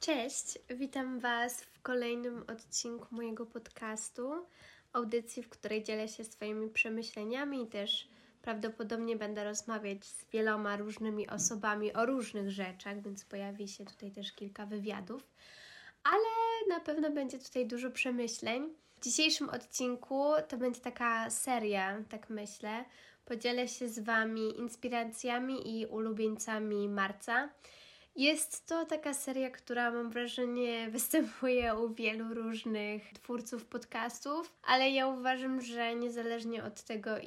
Cześć, witam Was w kolejnym odcinku mojego podcastu, audycji, w której dzielę się swoimi przemyśleniami i też prawdopodobnie będę rozmawiać z wieloma różnymi osobami o różnych rzeczach, więc pojawi się tutaj też kilka wywiadów, ale na pewno będzie tutaj dużo przemyśleń. W dzisiejszym odcinku to będzie taka seria, tak myślę. Podzielę się z Wami inspiracjami i ulubieńcami marca. Jest to taka seria, która mam wrażenie występuje u wielu różnych twórców podcastów, ale ja uważam, że niezależnie od tego,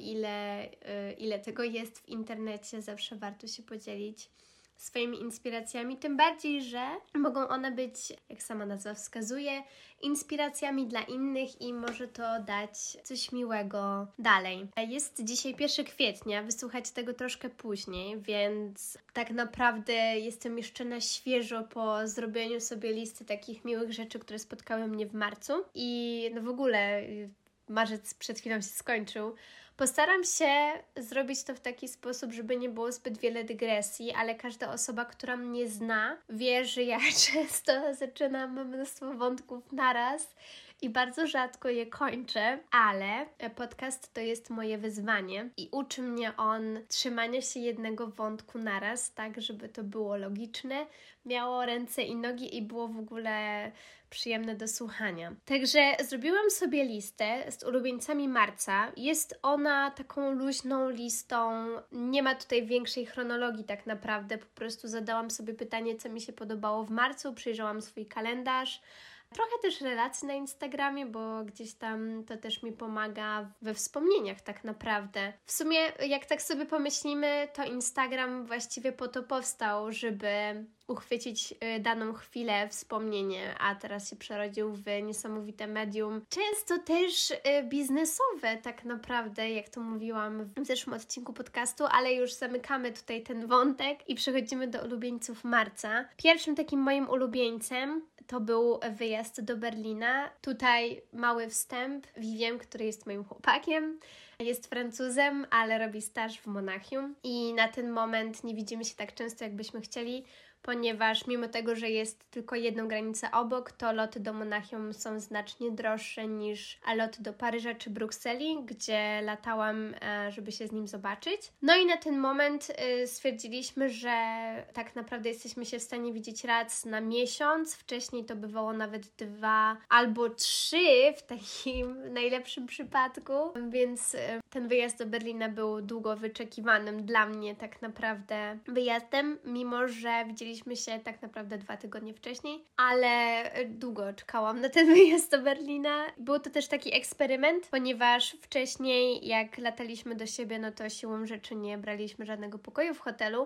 ile tego jest w internecie, zawsze warto się podzielić swoimi inspiracjami, tym bardziej, że mogą one być, jak sama nazwa wskazuje, inspiracjami dla innych i może to dać coś miłego dalej. Jest dzisiaj 1 kwietnia, wysłuchać tego troszkę później, więc tak naprawdę jestem jeszcze na świeżo po zrobieniu sobie listy takich miłych rzeczy, które spotkały mnie w marcu i w ogóle marzec przed chwilą się skończył. Postaram się zrobić to w taki sposób, żeby nie było zbyt wiele dygresji, ale każda osoba, która mnie zna, wie, że ja często zaczynam mnóstwo wątków naraz i bardzo rzadko je kończę, ale podcast to jest moje wyzwanie i uczy mnie on trzymania się jednego wątku naraz, tak żeby to było logiczne, miało ręce i nogi i było w ogóle przyjemne do słuchania. Także zrobiłam sobie listę z ulubieńcami marca. Jest ona taką luźną listą, nie ma tutaj większej chronologii tak naprawdę, po prostu zadałam sobie pytanie, co mi się podobało w marcu, przyjrzałam swój kalendarz, trochę też relacji na Instagramie, bo gdzieś tam to też mi pomaga we wspomnieniach tak naprawdę. W sumie jak tak sobie pomyślimy, to Instagram właściwie po to powstał, żeby uchwycić daną chwilę, wspomnienie, a teraz się przerodził w niesamowite medium. Często też biznesowe tak naprawdę, jak to mówiłam w zeszłym odcinku podcastu, ale już zamykamy tutaj ten wątek i przechodzimy do ulubieńców marca. Pierwszym takim moim ulubieńcem to był wyjazd do Berlina. Tutaj mały wstęp. Vivien, który jest moim chłopakiem, jest Francuzem, ale robi staż w Monachium i na ten moment nie widzimy się tak często, jakbyśmy chcieli, ponieważ mimo tego, że jest tylko jedną granicę obok, to loty do Monachium są znacznie droższe niż loty do Paryża czy Brukseli, gdzie latałam, żeby się z nim zobaczyć. No i na ten moment stwierdziliśmy, że tak naprawdę jesteśmy się w stanie widzieć raz na miesiąc. Wcześniej to bywało nawet 2 albo 3 w takim najlepszym przypadku, więc ten wyjazd do Berlina był długo wyczekiwanym dla mnie tak naprawdę wyjazdem, mimo że widzieliśmy się tak naprawdę 2 tygodnie wcześniej, ale długo czekałam na ten wyjazd do Berlina. Był to też taki eksperyment, ponieważ wcześniej jak lataliśmy do siebie, no to siłą rzeczy nie braliśmy żadnego pokoju w hotelu,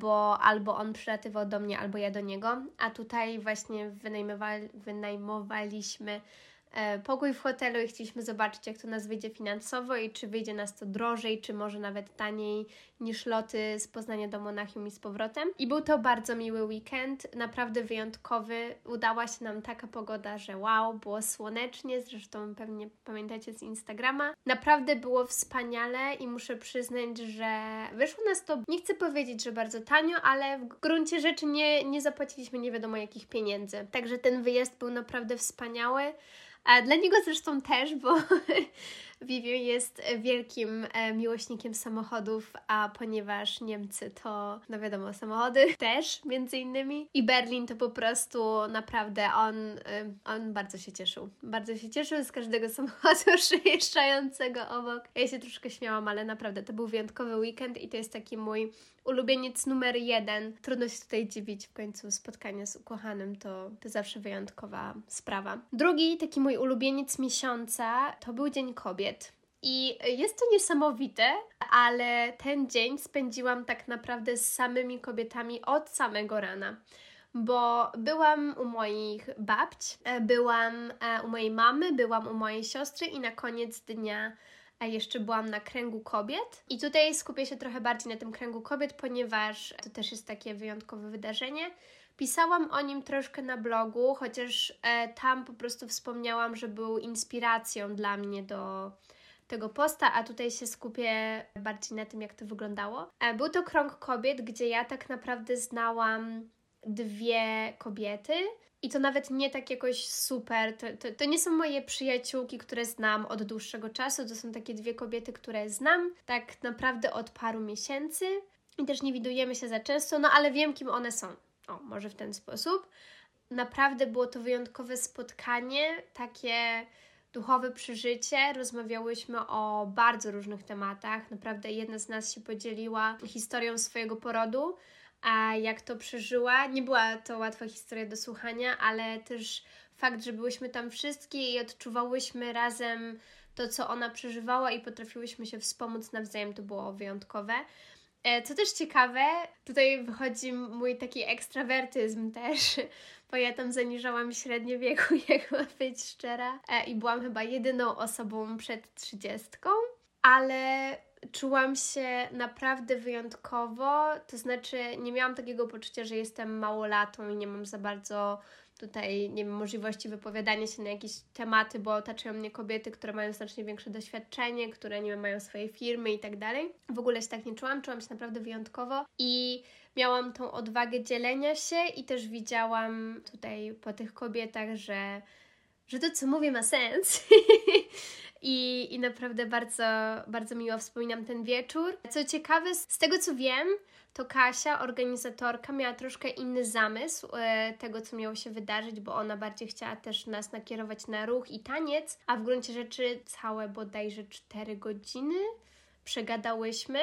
albo on przylatywał do mnie, albo ja do niego, a tutaj właśnie wynajmowaliśmy pokój w hotelu i chcieliśmy zobaczyć, jak to nas wyjdzie finansowo i czy wyjdzie nas to drożej, czy może nawet taniej niż loty z Poznania do Monachium i z powrotem. I był to bardzo miły weekend, naprawdę wyjątkowy. Udała się nam taka pogoda, że wow, było słonecznie, zresztą pewnie pamiętacie z Instagrama. Naprawdę było wspaniale i muszę przyznać, że wyszło nas to, nie chcę powiedzieć, że bardzo tanio, ale w gruncie rzeczy nie zapłaciliśmy nie wiadomo jakich pieniędzy. Także ten wyjazd był naprawdę wspaniały. A dla niego zresztą też, bo Vivien jest wielkim miłośnikiem samochodów, a ponieważ Niemcy to, no wiadomo, samochody też między innymi i Berlin to po prostu naprawdę on bardzo się cieszył. Bardzo się cieszył z każdego samochodu przejeżdżającego obok. Ja się troszkę śmiałam, ale naprawdę to był wyjątkowy weekend i to jest taki mój ulubieniec numer 1. Trudno się tutaj dziwić, w końcu spotkanie z ukochanym to zawsze wyjątkowa sprawa. Drugi taki mój ulubieniec miesiąca to był Dzień Kobiet. I jest to niesamowite, ale ten dzień spędziłam tak naprawdę z samymi kobietami od samego rana. Bo byłam u moich babć, byłam u mojej mamy, byłam u mojej siostry i na koniec dnia jeszcze byłam na kręgu kobiet. I tutaj skupię się trochę bardziej na tym kręgu kobiet, ponieważ to też jest takie wyjątkowe wydarzenie. Pisałam o nim troszkę na blogu, chociaż tam po prostu wspomniałam, że był inspiracją dla mnie do tego posta, a tutaj się skupię bardziej na tym, jak to wyglądało. Był to krąg kobiet, gdzie ja tak naprawdę znałam 2 kobiety. I to nawet nie tak jakoś super, to nie są moje przyjaciółki, które znam od dłuższego czasu, to są takie 2 kobiety, które znam tak naprawdę od paru miesięcy i też nie widujemy się za często, no ale wiem, kim one są. O, może w ten sposób. Naprawdę było to wyjątkowe spotkanie, takie duchowe przeżycie. Rozmawiałyśmy o bardzo różnych tematach. Naprawdę jedna z nas się podzieliła historią swojego porodu, a jak to przeżyła. Nie była to łatwa historia do słuchania, ale też fakt, że byłyśmy tam wszystkie i odczuwałyśmy razem to, co ona przeżywała i potrafiłyśmy się wspomóc nawzajem, to było wyjątkowe. Co też ciekawe, tutaj wychodzi mój taki ekstrawertyzm też, bo ja tam zaniżałam średnie wieku, jak mam być szczera, i byłam chyba jedyną osobą przed 30, ale czułam się naprawdę wyjątkowo, to znaczy nie miałam takiego poczucia, że jestem małolatą i nie mam za bardzo tutaj, nie wiem, możliwości wypowiadania się na jakieś tematy, bo otaczają mnie kobiety, które mają znacznie większe doświadczenie, które, nie wiem, mają swoje firmy i tak dalej. W ogóle się tak nie czułam się naprawdę wyjątkowo i miałam tą odwagę dzielenia się i też widziałam tutaj po tych kobietach, że to, co mówię, ma sens. I naprawdę bardzo, bardzo miło wspominam ten wieczór. Co ciekawe, z tego co wiem, to Kasia, organizatorka, miała troszkę inny zamysł tego, co miało się wydarzyć, bo ona bardziej chciała też nas nakierować na ruch i taniec, a w gruncie rzeczy całe bodajże 4 godziny przegadałyśmy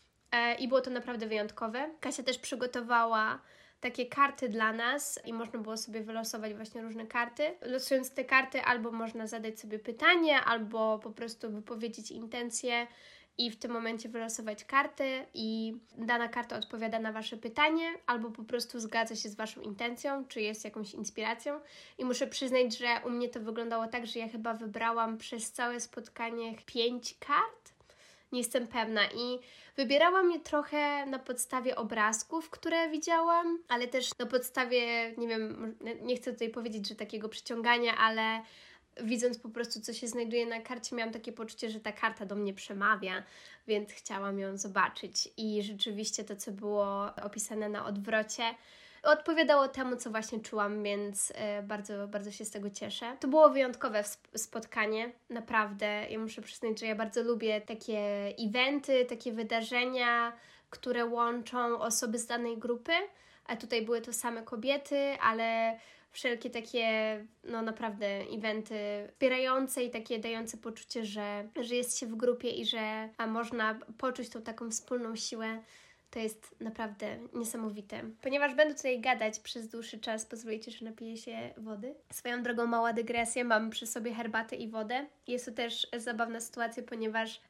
i było to naprawdę wyjątkowe. Kasia też przygotowała takie karty dla nas i można było sobie wylosować właśnie różne karty. Losując te karty albo można zadać sobie pytanie, albo po prostu wypowiedzieć intencje i w tym momencie wylosować karty i dana karta odpowiada na Wasze pytanie, albo po prostu zgadza się z Waszą intencją, czy jest jakąś inspiracją. I muszę przyznać, że u mnie to wyglądało tak, że ja chyba wybrałam przez całe spotkanie 5 kart. Nie jestem pewna i wybierałam je trochę na podstawie obrazków, które widziałam, ale też na podstawie, nie wiem, nie chcę tutaj powiedzieć, że takiego przyciągania, ale widząc po prostu, co się znajduje na karcie, miałam takie poczucie, że ta karta do mnie przemawia, więc chciałam ją zobaczyć i rzeczywiście to, co było opisane na odwrocie, odpowiadało temu, co właśnie czułam, więc bardzo, bardzo się z tego cieszę. To było wyjątkowe spotkanie, naprawdę. Ja muszę przyznać, że ja bardzo lubię takie eventy, takie wydarzenia, które łączą osoby z danej grupy, a tutaj były to same kobiety, ale wszelkie takie, no naprawdę eventy wspierające i takie dające poczucie, że jest się w grupie i że można poczuć tą taką wspólną siłę. To jest naprawdę niesamowite. Ponieważ będę tutaj gadać przez dłuższy czas, pozwolicie, że napiję się wody. Swoją drogą mała dygresja, mam przy sobie herbatę i wodę. Jest to też zabawna sytuacja, ponieważ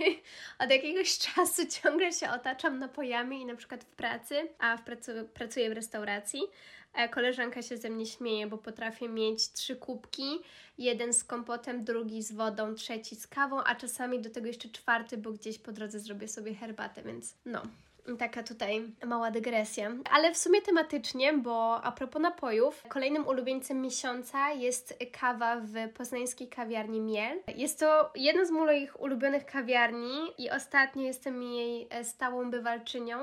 od jakiegoś czasu ciągle się otaczam napojami i na przykład w pracy, pracuję w restauracji. Koleżanka się ze mnie śmieje, bo potrafię mieć 3 kubki, jeden z kompotem, drugi z wodą, trzeci z kawą, a czasami do tego jeszcze 4, bo gdzieś po drodze zrobię sobie herbatę, więc no. Taka tutaj mała dygresja. Ale w sumie tematycznie, bo a propos napojów, kolejnym ulubieńcem miesiąca jest kawa w poznańskiej kawiarni Miel. Jest to jedna z moich ulubionych kawiarni i ostatnio jestem jej stałą bywalczynią,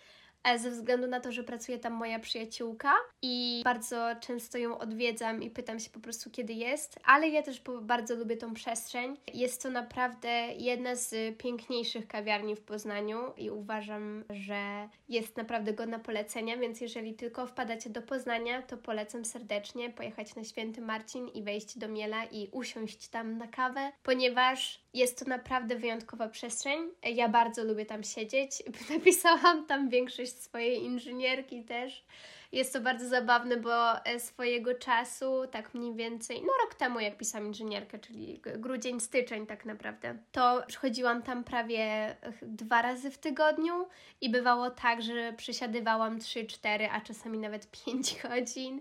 ze względu na to, że pracuje tam moja przyjaciółka i bardzo często ją odwiedzam i pytam się po prostu, kiedy jest, ale ja też bardzo lubię tą przestrzeń. Jest to naprawdę jedna z piękniejszych kawiarni w Poznaniu i uważam, że jest naprawdę godna polecenia, więc jeżeli tylko wpadacie do Poznania, to polecam serdecznie pojechać na Święty Marcin i wejść do Miela i usiąść tam na kawę, ponieważ jest to naprawdę wyjątkowa przestrzeń. Ja bardzo lubię tam siedzieć. Napisałam tam większość swojej inżynierki też. Jest to bardzo zabawne, bo swojego czasu, tak mniej więcej, rok temu jak pisałam inżynierkę, czyli grudzień, styczeń tak naprawdę, to przychodziłam tam prawie 2 razy w tygodniu i bywało tak, że przesiadywałam 3, 4, a czasami nawet 5 godzin.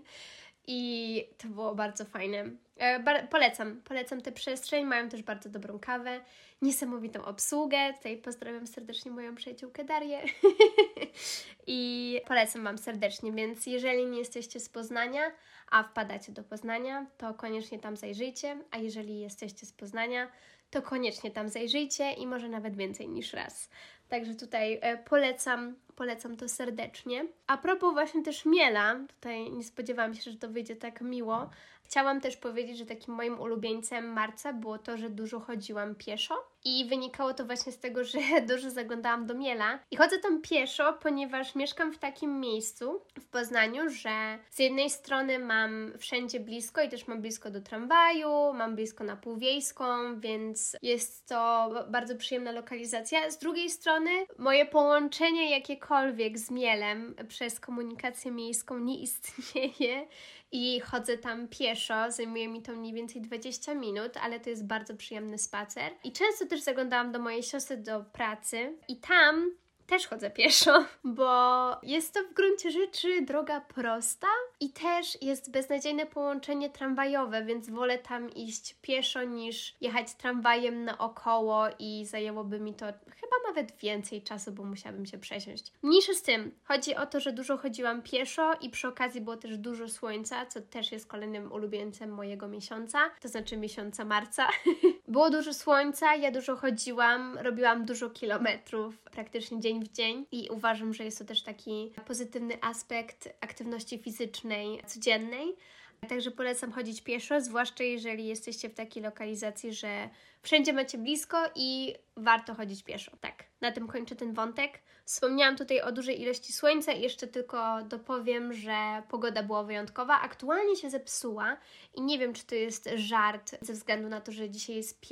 I to było bardzo fajne. Polecam tę przestrzeń, mają też bardzo dobrą kawę, niesamowitą obsługę. Tutaj pozdrawiam serdecznie moją przyjaciółkę Darię. I polecam Wam serdecznie, więc jeżeli nie jesteście z Poznania, a wpadacie do Poznania, to koniecznie tam zajrzyjcie, a jeżeli jesteście z Poznania, to koniecznie tam zajrzyjcie i może nawet więcej niż raz. Także tutaj polecam to serdecznie. A propos właśnie też miela, tutaj nie spodziewałam się, że to wyjdzie tak miło. Chciałam też powiedzieć, że takim moim ulubieńcem marca było to, że dużo chodziłam pieszo i wynikało to właśnie z tego, że dużo zaglądałam do miela. I chodzę tam pieszo, ponieważ mieszkam w takim miejscu w Poznaniu, że z jednej strony mam wszędzie blisko i też mam blisko do tramwaju, mam blisko na Półwiejską, więc jest to bardzo przyjemna lokalizacja. Z drugiej strony moje połączenie jakiekolwiek z mielem przez komunikację miejską nie istnieje i chodzę tam pieszo, zajmuje mi to mniej więcej 20 minut, ale to jest bardzo przyjemny spacer. I często też zaglądałam do mojej siostry do pracy i tam też chodzę pieszo, bo jest to w gruncie rzeczy droga prosta i też jest beznadziejne połączenie tramwajowe, więc wolę tam iść pieszo niż jechać tramwajem naokoło i zajęłoby mi to chyba nawet więcej czasu, bo musiałabym się przesiąść. Mniejsza z tym, chodzi o to, że dużo chodziłam pieszo i przy okazji było też dużo słońca, co też jest kolejnym ulubieńcem mojego miesiąca, to znaczy miesiąca marca. Było dużo słońca, ja dużo chodziłam, robiłam dużo kilometrów, praktycznie dzień w dzień i uważam, że jest to też taki pozytywny aspekt aktywności fizycznej codziennej. Także polecam chodzić pieszo, zwłaszcza jeżeli jesteście w takiej lokalizacji, że wszędzie macie blisko i warto chodzić pieszo. Tak, na tym kończę ten wątek. Wspomniałam tutaj o dużej ilości słońca i jeszcze tylko dopowiem, że pogoda była wyjątkowa. Aktualnie się zepsuła i nie wiem, czy to jest żart ze względu na to, że dzisiaj jest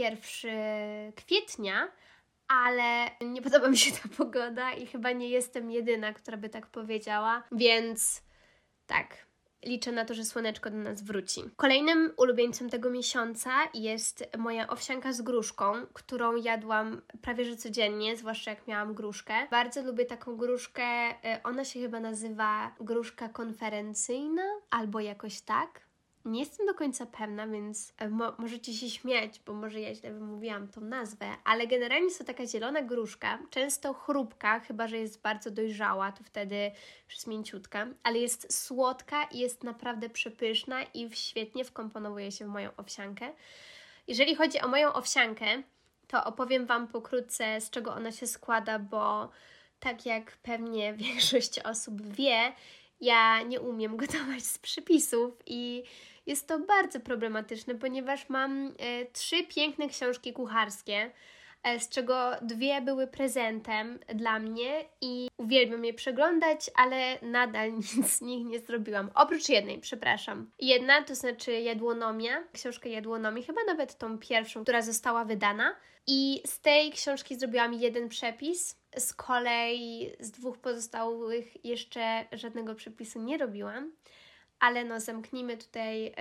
1 kwietnia, ale nie podoba mi się ta pogoda i chyba nie jestem jedyna, która by tak powiedziała, więc tak, liczę na to, że słoneczko do nas wróci. Kolejnym ulubieńcem tego miesiąca jest moja owsianka z gruszką, którą jadłam prawie że codziennie, zwłaszcza jak miałam gruszkę. Bardzo lubię taką gruszkę, ona się chyba nazywa gruszka konferencyjna albo jakoś tak. Nie jestem do końca pewna, więc możecie się śmiać, bo może ja źle wymówiłam tą nazwę, ale generalnie jest to taka zielona gruszka, często chrupka, chyba że jest bardzo dojrzała, to wtedy już jest mięciutka, ale jest słodka i jest naprawdę przepyszna i świetnie wkomponowuje się w moją owsiankę. Jeżeli chodzi o moją owsiankę, to opowiem Wam pokrótce, z czego ona się składa, bo tak jak pewnie większość osób wie, ja nie umiem gotować z przepisów i jest to bardzo problematyczne, ponieważ mam 3 piękne książki kucharskie, z czego 2 były prezentem dla mnie i uwielbiam je przeglądać, ale nadal nic z nich nie zrobiłam. Oprócz jednej, przepraszam. Jedna to znaczy Jadłonomia, książkę Jadłonomii, chyba nawet tą pierwszą, która została wydana. I z tej książki zrobiłam 1 przepis. Z kolei z 2 pozostałych jeszcze żadnego przepisu nie robiłam. Ale no zamknijmy tutaj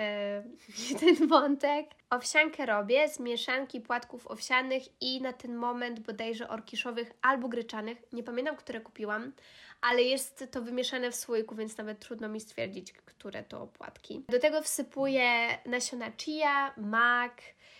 ten wątek. Owsiankę robię z mieszanki płatków owsianych i na ten moment bodajże orkiszowych albo gryczanych. Nie pamiętam, które kupiłam, ale jest to wymieszane w słoiku, więc nawet trudno mi stwierdzić, które to płatki. Do tego wsypuję nasiona chia, mak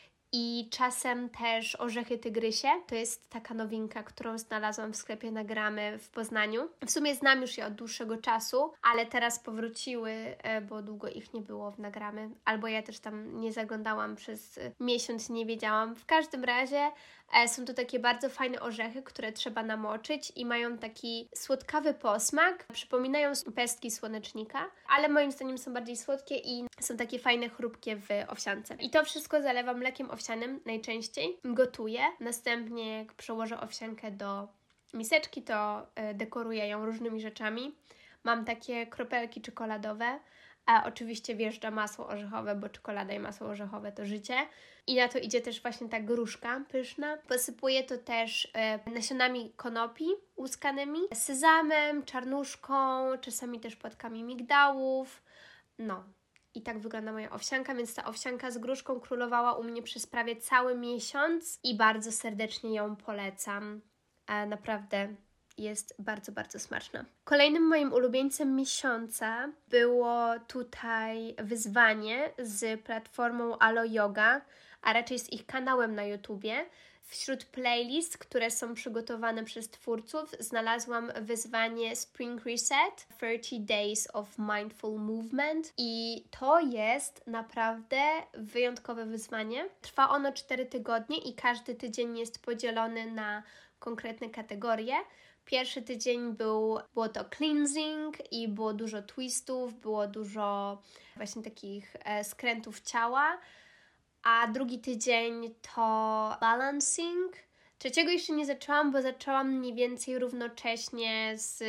i czasem też orzechy tygrysie. To jest taka nowinka, którą znalazłam w sklepie na Gramy w Poznaniu. W sumie znam już je od dłuższego czasu, ale teraz powróciły, bo długo ich nie było w Nagramy. Albo ja też tam nie zaglądałam przez miesiąc, nie wiedziałam. W każdym razie są to takie bardzo fajne orzechy, które trzeba namoczyć i mają taki słodkawy posmak. Przypominają pestki słonecznika, ale moim zdaniem są bardziej słodkie i są takie fajne, chrupkie w owsiance. I to wszystko zalewam mlekiem owsianym najczęściej. Gotuję. Następnie jak przełożę owsiankę do miseczki, to dekoruję ją różnymi rzeczami. Mam takie kropelki czekoladowe, a oczywiście wjeżdża masło orzechowe, bo czekolada i masło orzechowe to życie. I na to idzie też właśnie ta gruszka pyszna. Posypuję to też nasionami konopi łuskanymi, sezamem, czarnuszką, czasami też płatkami migdałów. No. I tak wygląda moja owsianka, więc ta owsianka z gruszką królowała u mnie przez prawie cały miesiąc i bardzo serdecznie ją polecam. Naprawdę jest bardzo, bardzo smaczna. Kolejnym moim ulubieńcem miesiąca było tutaj wyzwanie z platformą Alo Yoga, a raczej z ich kanałem na YouTubie. Wśród playlist, które są przygotowane przez twórców, znalazłam wyzwanie Spring Reset 30 Days of Mindful Movement i to jest naprawdę wyjątkowe wyzwanie. Trwa ono 4 tygodnie i każdy tydzień jest podzielony na konkretne kategorie. Pierwszy tydzień było to cleansing i było dużo twistów, było dużo właśnie takich skrętów ciała, a drugi tydzień to balancing. Trzeciego jeszcze nie zaczęłam, bo zaczęłam mniej więcej równocześnie z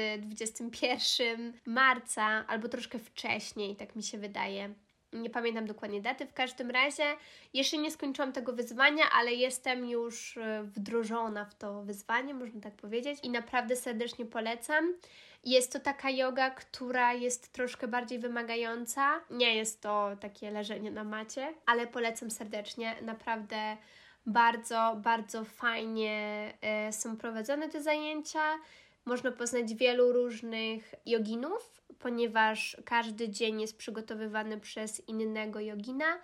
21 marca, albo troszkę wcześniej, tak mi się wydaje. Nie pamiętam dokładnie daty, w każdym razie jeszcze nie skończyłam tego wyzwania, ale jestem już wdrożona w to wyzwanie, można tak powiedzieć, i naprawdę serdecznie polecam. Jest to taka joga, która jest troszkę bardziej wymagająca. Nie jest to takie leżenie na macie, ale polecam serdecznie. Naprawdę bardzo, bardzo fajnie są prowadzone te zajęcia. Można poznać wielu różnych joginów, ponieważ każdy dzień jest przygotowywany przez innego jogina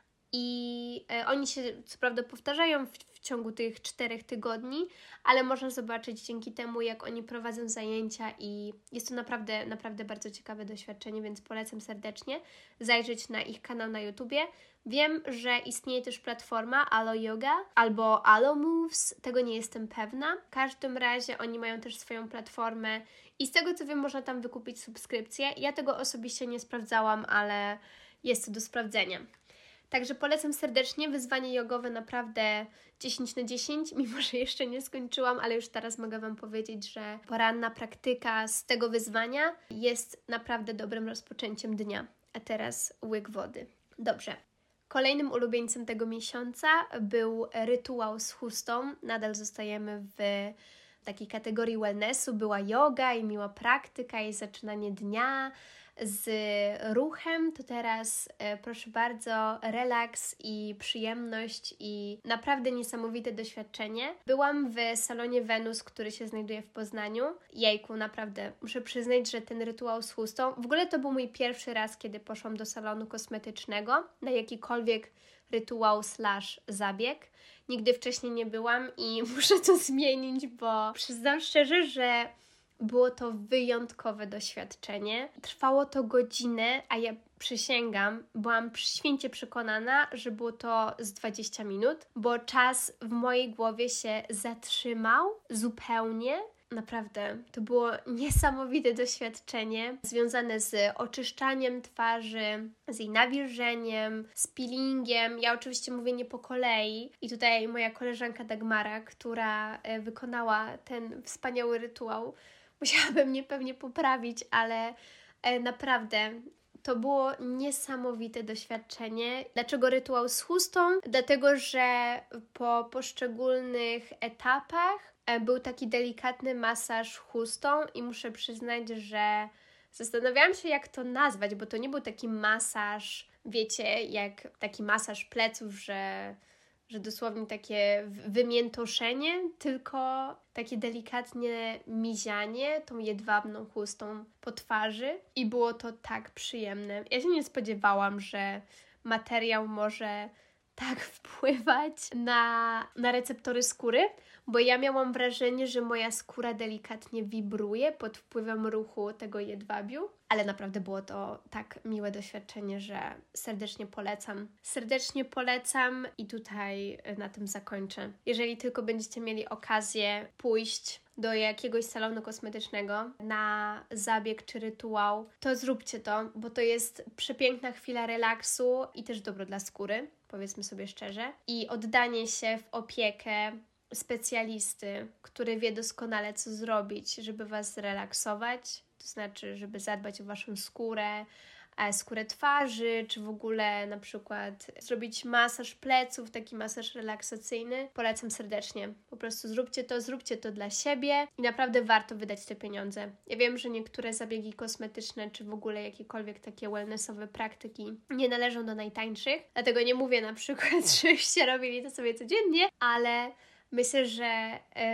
i oni się co prawda powtarzają w ciągu tych 4 tygodni, ale można zobaczyć dzięki temu, jak oni prowadzą zajęcia i jest to naprawdę, naprawdę bardzo ciekawe doświadczenie, więc polecam serdecznie zajrzeć na ich kanał na YouTubie. Wiem, że istnieje też platforma Alo Yoga albo Alo Moves, tego nie jestem pewna. W każdym razie oni mają też swoją platformę i z tego co wiem, można tam wykupić subskrypcję. Ja tego osobiście nie sprawdzałam, ale jest to do sprawdzenia. Także polecam serdecznie, wyzwanie jogowe naprawdę 10/10, mimo że jeszcze nie skończyłam, ale już teraz mogę Wam powiedzieć, że poranna praktyka z tego wyzwania jest naprawdę dobrym rozpoczęciem dnia. A teraz łyk wody. Dobrze. Kolejnym ulubieńcem tego miesiąca był rytuał z chustą. Nadal zostajemy w takiej kategorii wellnessu. Była yoga i miła praktyka i zaczynanie dnia z ruchem. To teraz proszę bardzo, relaks i przyjemność i naprawdę niesamowite doświadczenie. Byłam w salonie Wenus, który się znajduje w Poznaniu. Jejku, naprawdę muszę przyznać, że ten rytuał z chustą, w ogóle to był mój pierwszy raz, kiedy poszłam do salonu kosmetycznego na jakikolwiek rytuał / zabieg. Nigdy wcześniej nie byłam i muszę to zmienić, bo przyznam szczerze, że było to wyjątkowe doświadczenie. Trwało to godzinę, a ja przysięgam, byłam święcie przekonana, że było to z 20 minut, bo czas w mojej głowie się zatrzymał zupełnie. Naprawdę, to było niesamowite doświadczenie związane z oczyszczaniem twarzy, z jej nawilżeniem, z peelingiem. Ja oczywiście mówię nie po kolei i tutaj moja koleżanka Dagmara, która wykonała ten wspaniały rytuał, musiałaby mnie pewnie poprawić, ale naprawdę to było niesamowite doświadczenie. Dlaczego rytuał z chustą? Dlatego, że po poszczególnych etapach był taki delikatny masaż chustą i muszę przyznać, że zastanawiałam się, jak to nazwać, bo to nie był taki masaż, wiecie, jak taki masaż pleców, że dosłownie takie wymiętoszenie, tylko takie delikatnie mizianie tą jedwabną chustą po twarzy i było to tak przyjemne. Ja się nie spodziewałam, że materiał może tak wpływać na receptory skóry, bo ja miałam wrażenie, że moja skóra delikatnie wibruje pod wpływem ruchu tego jedwabiu, ale naprawdę było to tak miłe doświadczenie, że serdecznie polecam. Serdecznie polecam i tutaj na tym zakończę. Jeżeli tylko będziecie mieli okazję pójść do jakiegoś salonu kosmetycznego na zabieg czy rytuał, to zróbcie to, bo to jest przepiękna chwila relaksu i też dobro dla skóry, powiedzmy sobie szczerze. I oddanie się w opiekę specjalisty, który wie doskonale, co zrobić, żeby Was zrelaksować, to znaczy, żeby zadbać o Waszą skórę, skórę twarzy, czy w ogóle na przykład zrobić masaż pleców, taki masaż relaksacyjny. Polecam serdecznie. Po prostu zróbcie to dla siebie i naprawdę warto wydać te pieniądze. Ja wiem, że niektóre zabiegi kosmetyczne, czy w ogóle jakiekolwiek takie wellnessowe praktyki nie należą do najtańszych, dlatego nie mówię na przykład, żebyście robili to sobie codziennie, ale myślę, że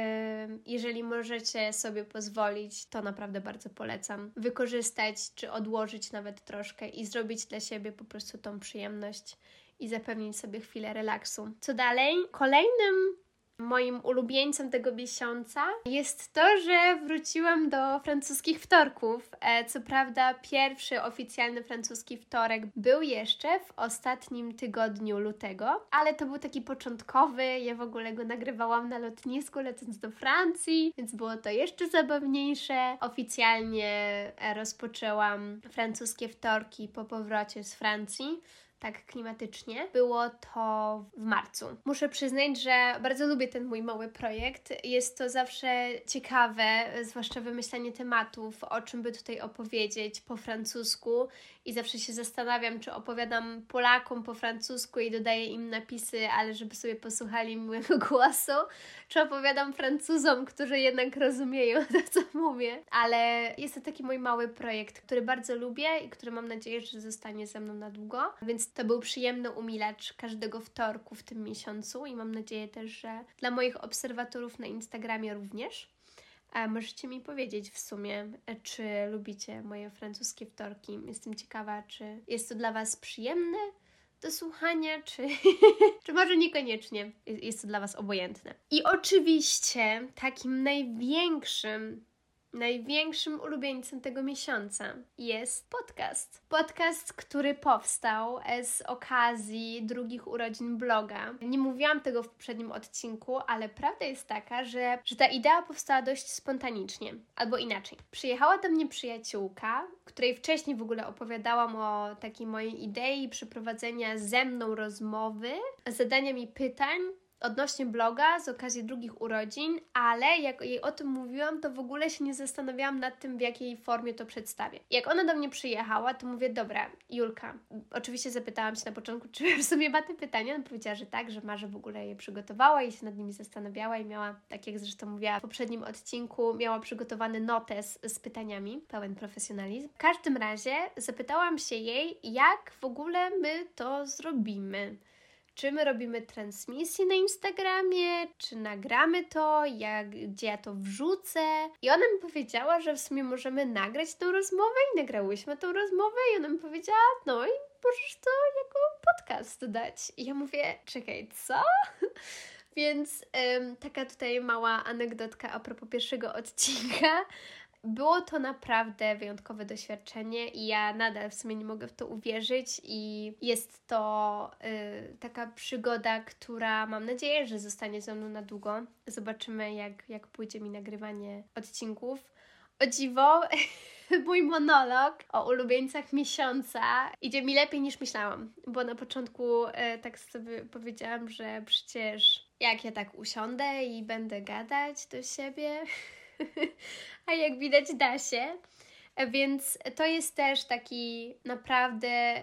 jeżeli możecie sobie pozwolić, to naprawdę bardzo polecam wykorzystać czy odłożyć nawet troszkę i zrobić dla siebie po prostu tą przyjemność i zapewnić sobie chwilę relaksu. Co dalej? Kolejnym Moim ulubieńcem tego miesiąca jest to, że wróciłam do francuskich wtorków. Co prawda pierwszy oficjalny francuski wtorek był jeszcze w ostatnim tygodniu lutego, ale to był taki początkowy, ja w ogóle go nagrywałam na lotnisku lecąc do Francji, więc było to jeszcze zabawniejsze. Oficjalnie rozpoczęłam francuskie wtorki po powrocie z Francji. Tak klimatycznie. Było to w marcu. Muszę przyznać, że bardzo lubię ten mój mały projekt. Jest to zawsze ciekawe, zwłaszcza wymyślanie tematów, o czym by tutaj opowiedzieć po francusku i zawsze się zastanawiam, czy opowiadam Polakom po francusku i dodaję im napisy, ale żeby sobie posłuchali mojego głosu, czy opowiadam Francuzom, którzy jednak rozumieją to, co mówię. Ale jest to taki mój mały projekt, który bardzo lubię i który mam nadzieję, że zostanie ze mną na długo, więc to był przyjemny umilacz każdego wtorku w tym miesiącu i mam nadzieję też, że dla moich obserwatorów na Instagramie również. Możecie mi powiedzieć w sumie, czy lubicie moje francuskie wtorki. Jestem ciekawa, czy jest to dla Was przyjemne do słuchania, czy może niekoniecznie jest to dla Was obojętne. I oczywiście takim największym ulubieńcem tego miesiąca jest podcast. Podcast, który powstał z okazji drugich urodzin bloga. Nie mówiłam tego w poprzednim odcinku, ale prawda jest taka, że ta idea powstała dość spontanicznie. Albo inaczej. Przyjechała do mnie przyjaciółka, której wcześniej w ogóle opowiadałam o takiej mojej idei przeprowadzenia ze mną rozmowy, zadania mi pytań odnośnie bloga z okazji drugich urodzin, ale jak jej o tym mówiłam, to w ogóle się nie zastanawiałam nad tym, w jakiej formie to przedstawię. Jak ona do mnie przyjechała, to mówię, dobra, Julka, oczywiście zapytałam się na początku, czy w sumie ma te pytania, ona powiedziała, że tak, że ma, że w ogóle je przygotowała i się nad nimi zastanawiała i miała, tak jak zresztą mówiła w poprzednim odcinku, miała przygotowany notes z pytaniami, pełen profesjonalizm. W każdym razie zapytałam się jej, jak w ogóle my to zrobimy. Czy my robimy transmisję na Instagramie, czy nagramy to, gdzie ja to wrzucę. I ona mi powiedziała, że w sumie możemy nagrać tę rozmowę i nagrałyśmy tę rozmowę i ona mi powiedziała, no i możesz to jako podcast dać. I ja mówię, czekaj, co? Więc taka tutaj mała anegdotka a propos pierwszego odcinka. Było to naprawdę wyjątkowe doświadczenie i ja nadal w sumie nie mogę w to uwierzyć i jest to taka przygoda, która mam nadzieję, że zostanie ze mną na długo. Zobaczymy, jak pójdzie mi nagrywanie odcinków. O dziwo, mój monolog o ulubieńcach miesiąca idzie mi lepiej niż myślałam, bo na początku tak sobie powiedziałam, że przecież jak ja tak usiądę i będę gadać do siebie... A jak widać da się, więc to jest też taki naprawdę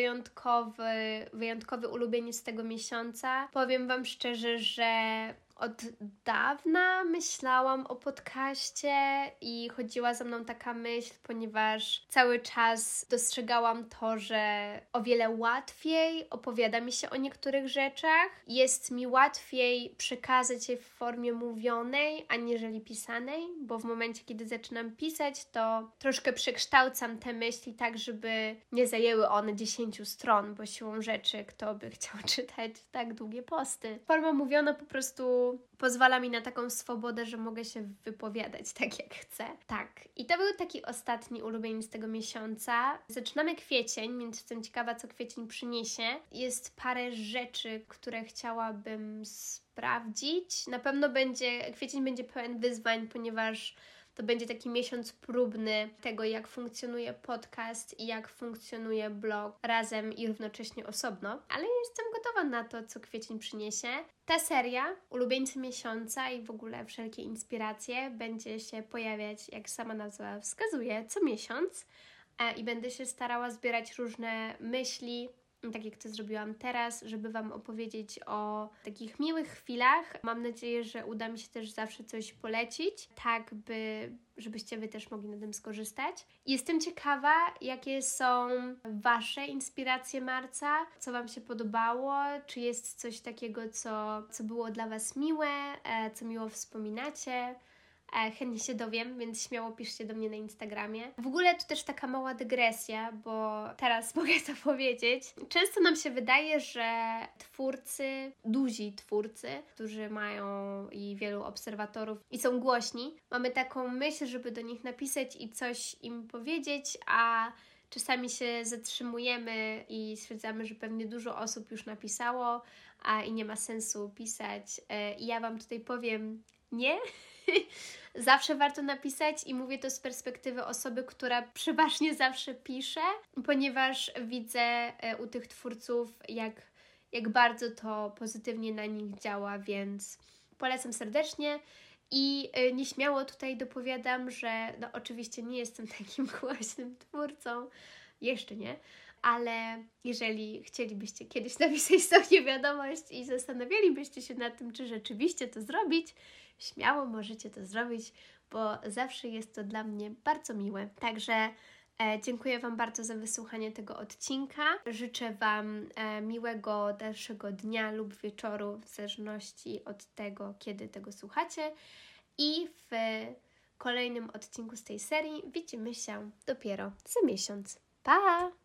wyjątkowy ulubieniec tego miesiąca. Powiem Wam szczerze, że od dawna myślałam o podcaście i chodziła za mną taka myśl, ponieważ cały czas dostrzegałam to, że o wiele łatwiej opowiada mi się o niektórych rzeczach. Jest mi łatwiej przekazać je w formie mówionej, aniżeli pisanej, bo w momencie, kiedy zaczynam pisać, to troszkę przekształcam te myśli tak, żeby nie zajęły one 10 stron, bo siłą rzeczy kto by chciał czytać tak długie posty. Forma mówiona po prostu pozwala mi na taką swobodę, że mogę się wypowiadać tak jak chcę. Tak. I to był taki ostatni ulubieniec tego miesiąca. Zaczynamy kwiecień, więc jestem ciekawa, co kwiecień przyniesie. Jest parę rzeczy, które chciałabym sprawdzić. Na pewno kwiecień będzie pełen wyzwań, ponieważ to będzie taki miesiąc próbny tego, jak funkcjonuje podcast i jak funkcjonuje blog razem i równocześnie osobno. Ale jestem gotowa na to, co kwiecień przyniesie. Ta seria, ulubieńcy miesiąca i w ogóle wszelkie inspiracje będzie się pojawiać, jak sama nazwa wskazuje, co miesiąc i będę się starała zbierać różne myśli, tak jak to zrobiłam teraz, żeby Wam opowiedzieć o takich miłych chwilach. Mam nadzieję, że uda mi się też zawsze coś polecić, tak żebyście Wy też mogli na tym skorzystać. Jestem ciekawa, jakie są Wasze inspiracje marca, co Wam się podobało, czy jest coś takiego, co było dla Was miłe, co miło wspominacie. Chętnie się dowiem, więc śmiało piszcie do mnie na Instagramie. W ogóle to też taka mała dygresja, bo teraz mogę to powiedzieć. Często nam się wydaje, że twórcy, duzi twórcy, którzy mają i wielu obserwatorów i są głośni, mamy taką myśl, żeby do nich napisać i coś im powiedzieć, a czasami się zatrzymujemy i stwierdzamy, że pewnie dużo osób już napisało, i nie ma sensu pisać. I ja Wam tutaj powiem nie. Zawsze warto napisać i mówię to z perspektywy osoby, która przeważnie zawsze pisze, ponieważ widzę u tych twórców, jak bardzo to pozytywnie na nich działa, więc polecam serdecznie. I nieśmiało tutaj dopowiadam, że no oczywiście nie jestem takim głośnym twórcą, jeszcze nie, ale jeżeli chcielibyście kiedyś napisać do mnie wiadomość i zastanawialibyście się nad tym, czy rzeczywiście to zrobić, śmiało możecie to zrobić, bo zawsze jest to dla mnie bardzo miłe. Także dziękuję Wam bardzo za wysłuchanie tego odcinka. Życzę Wam miłego dalszego dnia lub wieczoru, w zależności od tego, kiedy tego słuchacie. I w kolejnym odcinku z tej serii widzimy się dopiero za miesiąc. Pa!